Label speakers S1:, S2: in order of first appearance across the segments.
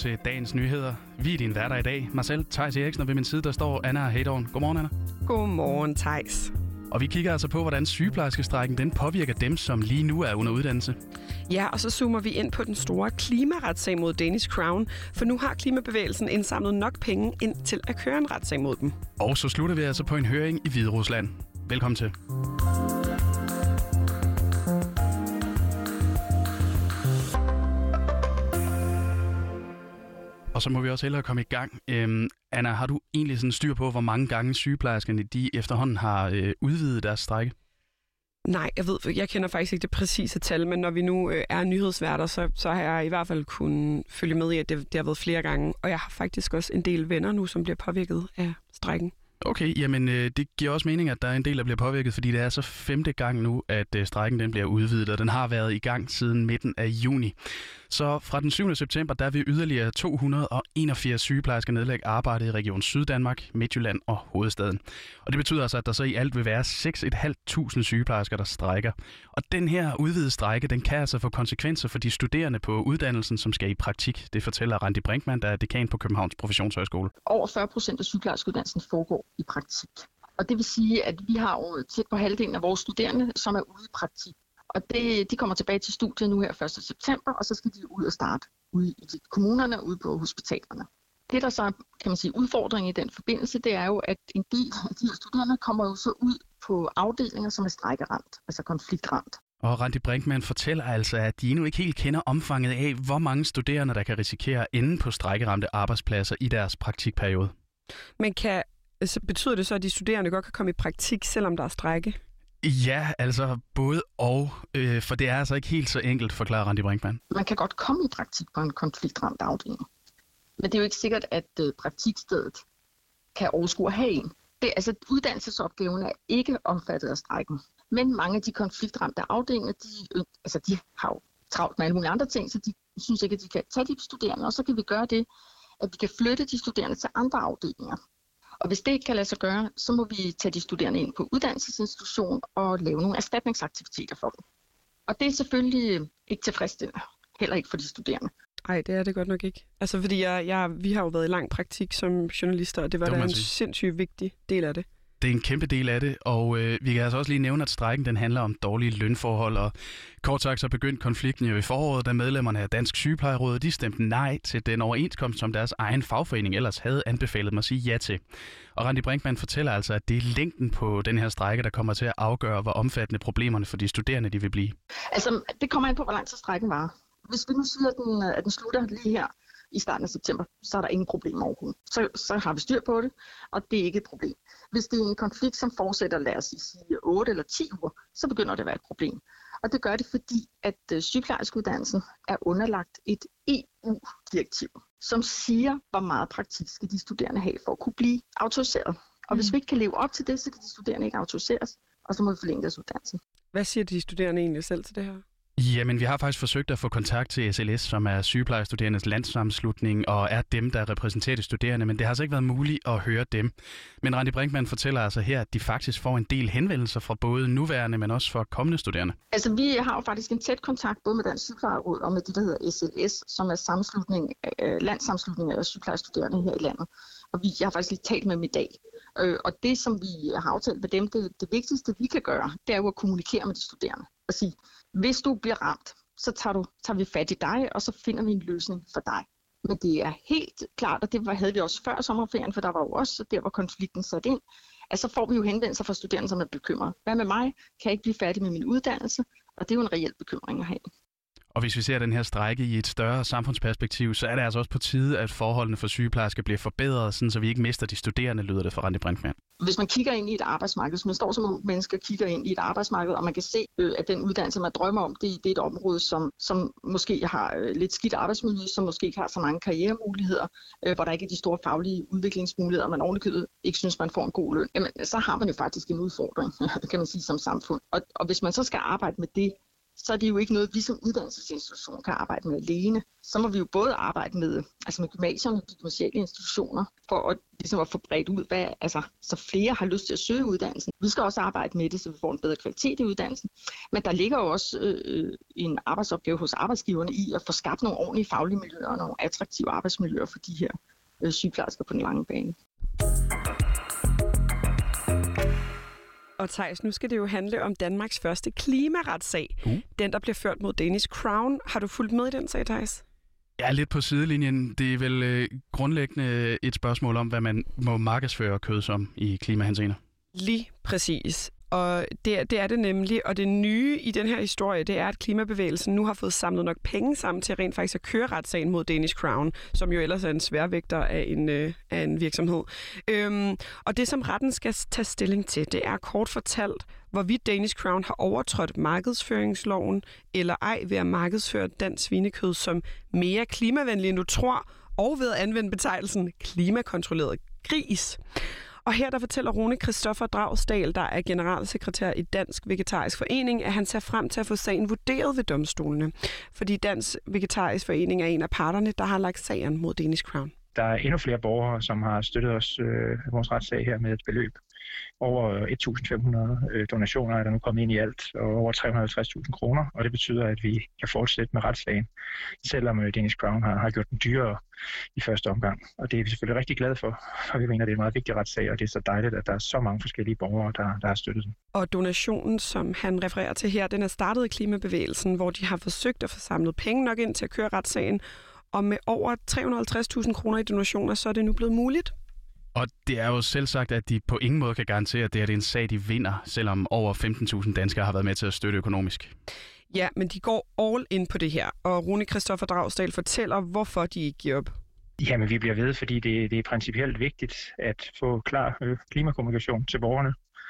S1: til dagens nyheder. Vi er din værter i dag. Mig selv, Theis Eriksen, og ved min side der står Anna Hedorn. Godmorgen, Anna.
S2: Godmorgen, Theis.
S1: Og vi kigger altså på, hvordan sygeplejerskestrækken den påvirker dem, som lige nu er under uddannelse.
S2: Ja, og så zoomer vi ind på den store klimaretssag mod Danish Crown, for nu har klimabevægelsen indsamlet nok penge ind til at køre en retssag mod dem.
S1: Og så slutter vi altså på en høring i Hviderusland. Velkommen til. Og så må vi også hellere komme i gang. Anna, har du egentlig sådan styr på, hvor mange gange sygeplejerskerne de efterhånden har udvidet deres strejke?
S2: Nej, jeg kender faktisk ikke det præcise tal, men når vi nu er nyhedsværter, så har jeg i hvert fald kunnet følge med i, at det har været flere gange. Og jeg har faktisk også en del venner nu, som bliver påvirket af strejken.
S1: Okay, jamen det giver også mening, at der er en del, der bliver påvirket, fordi det er så 5. gang nu, at strejken den bliver udvidet, og den har været i gang siden midten af juni. Så fra den 7. september, der vil yderligere 281 sygeplejersker nedlægge arbejde i Region Syddanmark, Midtjylland og hovedstaden. Og det betyder altså, at der så i alt vil være 6.500 sygeplejersker, der strejker. Og den her udvidede strejke, den kan altså få konsekvenser for de studerende på uddannelsen, som skal i praktik. Det fortæller Randi Brinkmann, der er dekan på Københavns Professionshøjskole.
S3: Over 40% af sygeplejerskeuddannelsen foregår i praktik. Og det vil sige, at vi har jo tæt på halvdelen af vores studerende, som er ude i praktik. Og de kommer tilbage til studiet nu her 1. september, og så skal de ud og starte ude i kommunerne, ude på hospitalerne. Det, der så kan man sige, udfordringen i den forbindelse, det er jo, at en del af de her studerende kommer jo så ud på afdelinger, som er strejkeramt, altså konfliktramt.
S1: Og Randi Brinkmann fortæller altså, at de endnu ikke helt kender omfanget af, hvor mange studerende, der kan risikere at ende på strejkeramte arbejdspladser i deres praktikperiode.
S2: Men så betyder det så, at de studerende godt kan komme i praktik, selvom der er strejke?
S1: Ja, altså både og, for det er altså ikke helt så enkelt, forklarer Randi Brinkmann.
S3: Man kan godt komme i praktik på en konfliktramt afdeling, men det er jo ikke sikkert, at praktikstedet kan overskue at have en. Uddannelsesopgaven er ikke omfattet af strejken, men mange af de konfliktramte afdelinger, de har jo travlt med alle mulige andre ting, så de synes ikke, at de kan tage de studerende, og så kan vi gøre det, at vi kan flytte de studerende til andre afdelinger. Og hvis det ikke kan lade sig gøre, så må vi tage de studerende ind på uddannelsesinstitution og lave nogle erstatningsaktiviteter for dem. Og det er selvfølgelig ikke tilfredsstillende, heller ikke for de studerende.
S2: Nej, det er det godt nok ikke. Altså fordi vi har jo været i lang praktik som journalister, og det var da en sindssygt vigtig del af det.
S1: Det er en kæmpe del af det, og vi kan altså også lige nævne, at strejken den handler om dårlige lønforhold, og kort sagt så begyndte konflikten jo i foråret, da medlemmerne af Dansk Sygeplejeråd de stemte nej til den overenskomst, som deres egen fagforening ellers havde anbefalet dem at sige ja til. Og Randi Brinkmann fortæller altså, at det er længden på den her strejke, der kommer til at afgøre, hvor omfattende problemerne for de studerende de vil blive.
S3: Altså, det kommer an på, hvor lang tid strejken varer. Hvis vi nu siger, at den slutter lige her i starten af september, så er der ingen problem overhovedet. Så har vi styr på det, og det er ikke et problem. Hvis det er en konflikt, som fortsætter, lad os sige 8 eller 10 uger, så begynder det at være et problem. Og det gør det, fordi at sygeplejerskeuddannelsen er underlagt et EU-direktiv, som siger, hvor meget praktik skal de studerende have for at kunne blive autoriseret. Og hvis vi ikke kan leve op til det, så kan de studerende ikke autoriseres, og så må vi forlænge deres uddannelse.
S2: Hvad siger de studerende egentlig selv til det her?
S1: Jamen, vi har faktisk forsøgt at få kontakt til SLS, som er sygeplejerstuderendes landssammenslutning, og er dem, der repræsenterer de studerende, men det har altså ikke været muligt at høre dem. Men Randi Brinkmann fortæller altså her, at de faktisk får en del henvendelser fra både nuværende, men også fra kommende studerende.
S3: Altså, vi har jo faktisk en tæt kontakt både med Dansk Sygeplejeråd og med det, der hedder SLS, som er landssammenslutning af sygeplejerstuderende her i landet. Og jeg har faktisk lige talt med dem i dag. Og det, som vi har aftalt med dem, det vigtigste, vi kan gøre, det er jo at kommunikere med de studerende og sige, hvis du bliver ramt, så tager vi fat i dig, og så finder vi en løsning for dig. Men det er helt klart, og det havde vi også før sommerferien, for der var jo også der, hvor konflikten satte ind, at så får vi jo henvendelser fra studerende, som er bekymrede. Hvad med mig? Kan jeg ikke blive færdig med min uddannelse? Og det er jo en reel bekymring at have.
S1: Og hvis vi ser den her strejke i et større samfundsperspektiv, så er det altså også på tide, at forholdene for sygeplejersker bliver forbedret, sådan så vi ikke mister de studerende, lyder det fra Randi Brinkmann.
S3: Hvis man kigger ind i et arbejdsmarked, hvis man står som mennesker og kigger ind i et arbejdsmarked, og man kan se, at den uddannelse, man drømmer om, det er et område, som måske har lidt skidt arbejdsmiljø, som måske ikke har så mange karrieremuligheder, hvor der ikke er de store faglige udviklingsmuligheder, og man ovenikøbet ikke synes, man får en god løn, jamen, så har man jo faktisk en udfordring, kan man sige, som samfund. Og hvis man så skal arbejde med det, så er det jo ikke noget, vi som uddannelsesinstitution kan arbejde med alene. Så må vi jo både arbejde med gymnasierne og de gymnasiale institutioner, for at få bredt ud, så flere har lyst til at søge uddannelsen. Vi skal også arbejde med det, så vi får en bedre kvalitet i uddannelsen. Men der ligger jo også en arbejdsopgave hos arbejdsgiverne i at få skabt nogle ordentlige faglige miljøer og nogle attraktive arbejdsmiljøer for de her sygeplejersker på den lange bane.
S2: Og Theis, nu skal det jo handle om Danmarks første klimaretssag. Den, der bliver ført mod Danish Crown. Har du fulgt med i den sag, Theis?
S1: Ja, lidt på sidelinjen. Det er vel grundlæggende et spørgsmål om, hvad man må markedsføre kød som i klimahenseender.
S2: Lige præcis. Og det er det nemlig. Og det nye i den her historie, det er, at klimabevægelsen nu har fået samlet nok penge sammen til rent faktisk at køre retssagen mod Danish Crown, som jo ellers er en sværvægter af en virksomhed. Og det, som retten skal tage stilling til, det er kort fortalt, hvorvidt Danish Crown har overtrådt markedsføringsloven eller ej ved at markedsføre dansk svinekød som mere klimavenlig, end du tror, og ved at anvende betegnelsen klimakontrolleret gris. Og her der fortæller Rune Christoffer Dragsdal, der er generalsekretær i Dansk Vegetarisk Forening, at han ser frem til at få sagen vurderet ved domstolene. Fordi Dansk Vegetarisk Forening er en af parterne, der har lagt sagen mod Danish Crown.
S4: Der er endnu flere borgere, som har støttet os vores retssag her med et beløb. Over 1.500 donationer er der nu kommet ind i alt, og over 350.000 kroner, og det betyder, at vi kan fortsætte med retssagen, selvom Danish Crown har gjort den dyrere i første omgang. Og det er vi selvfølgelig rigtig glade for, for vi mener, det er en meget vigtig retssag, og det er så dejligt, at der er så mange forskellige borgere, der har støttet den.
S2: Og donationen, som han refererer til her, den er startet i klimabevægelsen, hvor de har forsøgt at få samlet penge nok ind til at køre retssagen, og med over 350.000 kroner i donationer, så er det nu blevet muligt.
S1: Og det er jo selv sagt, at de på ingen måde kan garantere, at det er en sag, de vinder, selvom over 15.000 danskere har været med til at støtte økonomisk.
S2: Ja, men de går all in på det her, og Rune Christoffer Dragsdal fortæller, hvorfor de ikke giver op.
S4: Jamen, vi bliver ved, fordi det er principielt vigtigt at få klar klimakommunikation til borgerne.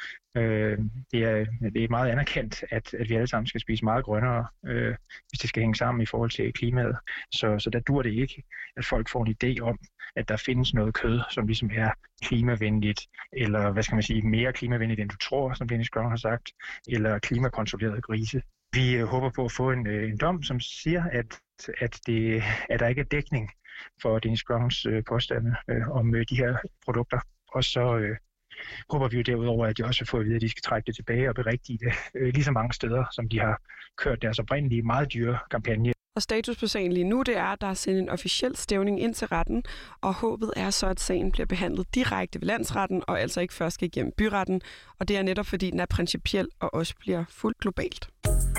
S4: Det er meget anerkendt, at vi alle sammen skal spise meget grønnere, hvis det skal hænge sammen i forhold til klimaet. Så der dur det ikke, at folk får en idé om, at der findes noget kød, som ligesom er klimavenligt, eller hvad skal man sige, mere klimavenligt, end du tror, som Danish Crown har sagt, eller klimakontrollerede grise. Vi håber på at få en dom, som siger, at der ikke er dækning for Danish Crowns påstande om de her produkter. Og så håber vi jo derudover, at de også vil få at vide, at de skal trække det tilbage og berigtige det lige så mange steder, som de har kørt deres oprindelige meget dyre kampagne.
S2: Og status på sagen lige nu, det er, at der er sendt en officiel stævning ind til retten, og håbet er så, at sagen bliver behandlet direkte ved landsretten, og altså ikke først skal igennem byretten. Og det er netop fordi, den er principiel og også bliver fuldt globalt.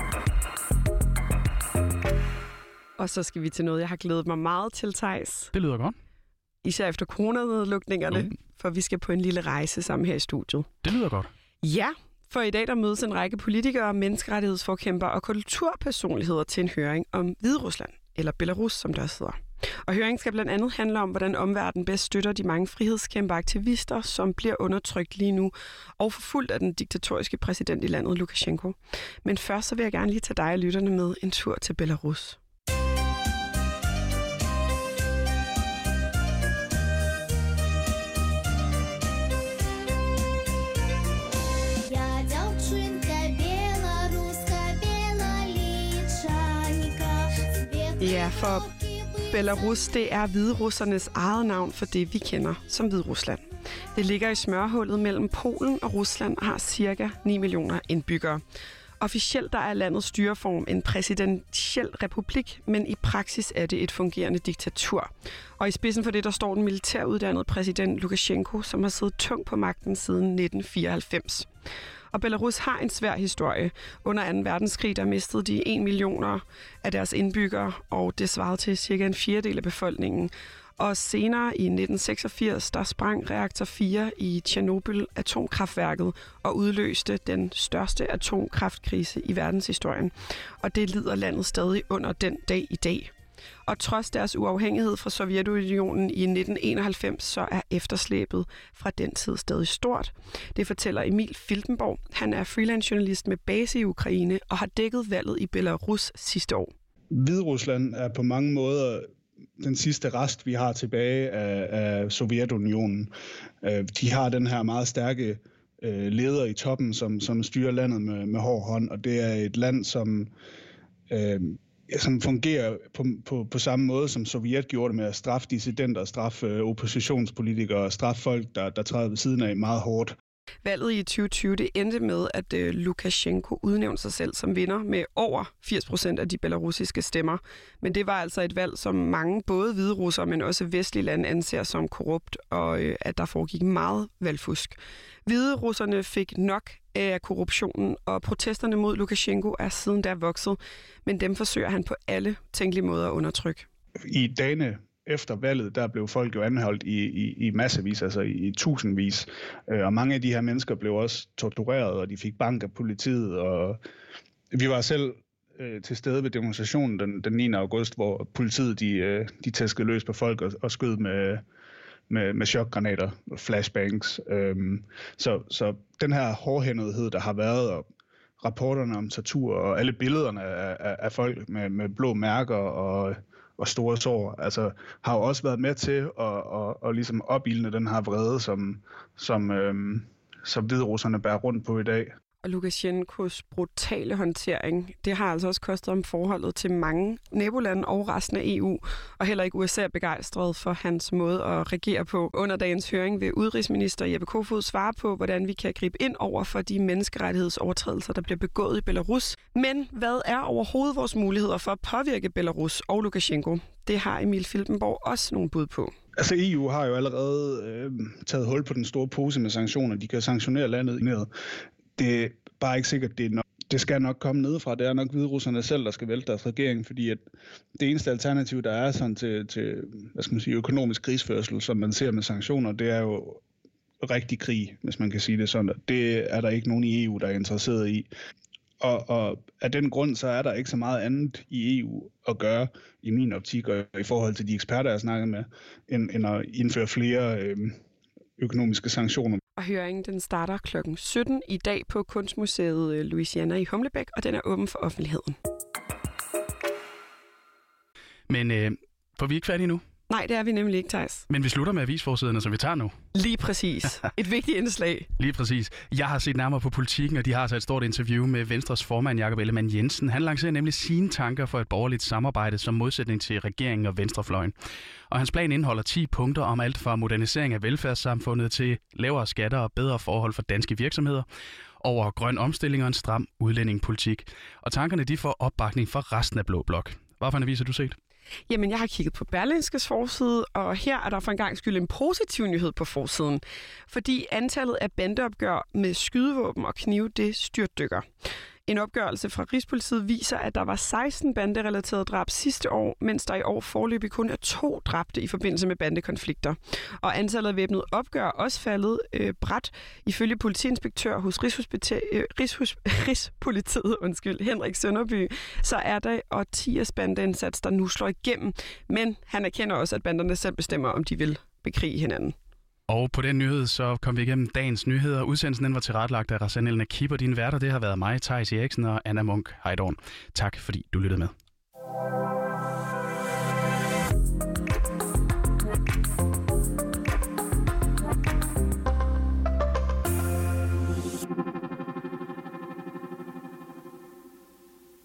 S2: Og så skal vi til noget, jeg har glædet mig meget til, Theis.
S1: Det lyder godt.
S2: Især efter coronanedlukningerne, for vi skal på en lille rejse sammen her i studiet.
S1: Det lyder godt.
S2: Ja, for i dag der mødes en række politikere, menneskerettighedsforkæmpere og kulturpersonligheder til en høring om Hviderusland, eller Belarus, som det også hedder. Og høringen skal blandt andet handle om, hvordan omverdenen bedst støtter de mange frihedskæmper aktivister, som bliver undertrykt lige nu, og forfulgt af den diktatoriske præsident i landet, Lukashenko. Men først så vil jeg gerne lige tage dig og lytterne med en tur til Belarus. Ja, for Belarus, det er hviderussernes eget navn for det, vi kender som Hviderusland. Det ligger i smørhullet mellem Polen og Rusland og har ca. 9 millioner indbyggere. Officielt der er landets styreform en præsidentiel republik, men i praksis er det et fungerende diktatur. Og i spidsen for det, der står den militæruddannede præsident Lukashenko, som har siddet tungt på magten siden 1994. Og Belarus har en svær historie. Under 2. verdenskrig der mistede de 1 millioner af deres indbyggere, og det svarede til cirka en fjerdedel af befolkningen. Og senere i 1986, der sprang reaktor 4 i Tjernobyl-atomkraftværket og udløste den største atomkraftkrise i verdenshistorien. Og det lider landet stadig under den dag i dag. Og trods deres uafhængighed fra Sovjetunionen i 1991, så er efterslæbet fra den tid stadig stort. Det fortæller Emil Filtenborg. Han er freelance-journalist med base i Ukraine og har dækket valget i Belarus sidste år.
S5: Hviderusland er på mange måder den sidste rest, vi har tilbage af Sovjetunionen. De har den her meget stærke leder i toppen, som styrer landet med hård hånd, og det er et land, som fungerer på samme måde, som Sovjet gjorde det med at straffe dissidenter, straffe oppositionspolitikere og straffe folk, der træder ved siden af meget hårdt.
S2: Valget i 2020 det endte med, at Lukashenko udnævnte sig selv som vinder med over 80% af de belarusiske stemmer. Men det var altså et valg, som mange, både hvide russere, men også vestlige lande, anser som korrupt, og at der foregik meget valgfusk. Hvide russerne fik nok af korruptionen, og protesterne mod Lukashenko er siden da vokset, men dem forsøger han på alle tænkelige måder at undertrykke.
S5: I dagene efter valget, der blev folk jo anholdt i massevis, altså i tusindvis. Og mange af de her mennesker blev også tortureret, og de fik bank af politiet. Og vi var selv til stede ved demonstrationen den 9. august, hvor politiet de tæskede løs på folk og skød med chokgranater, flashbangs. Så den her hårdhændethed, der har været, og rapporterne om tortur, og alle billederne af folk med blå mærker og store sår, altså har jo også været med til at ligesom opildne den her vrede, som hviderusserne bærer rundt på i dag.
S2: Og Lukashenkos brutale håndtering, det har altså også kostet om forholdet til mange nabolande og resten af EU, og heller ikke USA er begejstret for hans måde at regere på. Under dagens høring vil udenrigsminister Jeppe Kofod svare på, hvordan vi kan gribe ind over for de menneskerettighedsovertrædelser, der bliver begået i Belarus. Men hvad er overhovedet vores muligheder for at påvirke Belarus og Lukashenko? Det har Emil Filtenborg også nogle bud på.
S5: Altså EU har jo allerede taget hul på den store pose med sanktioner. De kan sanktionere landet ned. Det er bare ikke sikkert, det er nok. Det skal nok komme nedefra. Det er nok hviderusserne selv, der skal vælte deres regering, fordi at det eneste alternativ, der er sådan til hvad skal man sige, økonomisk krigsførsel, som man ser med sanktioner, det er jo rigtig krig, hvis man kan sige det sådan. Det er der ikke nogen i EU, der er interesseret i. Og af den grund, så er der ikke så meget andet i EU at gøre, i min optik, og i forhold til de eksperter, jeg snakker med, end at indføre flere økonomiske sanktioner.
S2: Og høringen den starter kl. 17 i dag på Kunstmuseet Louisiana i Humlebæk, og den er åben for offentligheden.
S1: Men får vi ikke færdige nu?
S2: Nej, det er vi nemlig ikke, Theis.
S1: Men vi slutter med avisforsiderne, som vi tager nu.
S2: Lige præcis. Et vigtigt indslag.
S1: Lige præcis. Jeg har set nærmere på Politikken, og de har altså et stort interview med Venstres formand Jakob Ellemann-Jensen. Han lancerer nemlig sine tanker for et borgerligt samarbejde som modsætning til regeringen og venstrefløjen. Og hans plan indeholder 10 punkter om alt fra modernisering af velfærdssamfundet til lavere skatter og bedre forhold for danske virksomheder, over grøn omstilling og en stram udlændingepolitik. Og tankerne de får opbakning fra resten af Blå Blok. Hvad for en avis har du set?
S2: Jamen, jeg har kigget på Berlingskes forside, og her er der for en gang skyld en positiv nyhed på forsiden. Fordi antallet af bandeopgør med skydevåben og knive, det styrtdykker. En opgørelse fra Rigspolitiet viser, at der var 16 banderelaterede drab sidste år, mens der i år foreløbig kun er 2 dræbte i forbindelse med bandekonflikter. Og antallet af væbnede opgør er også faldet brat. Ifølge politiinspektør hos Rigspolitiet, Henrik Sønderby, så er der årtiers bandeindsats, der nu slår igennem. Men han erkender også, at banderne selv bestemmer, om de vil bekrige hinanden.
S1: Og på den nyhed, så kom vi igennem dagens nyheder. Udsendelsen den var tilrettelagt af Rasan Elna Kipper. Din værter, det har været mig, Theis Eriksen og Anna Munk Heidorn. Tak fordi du lyttede med.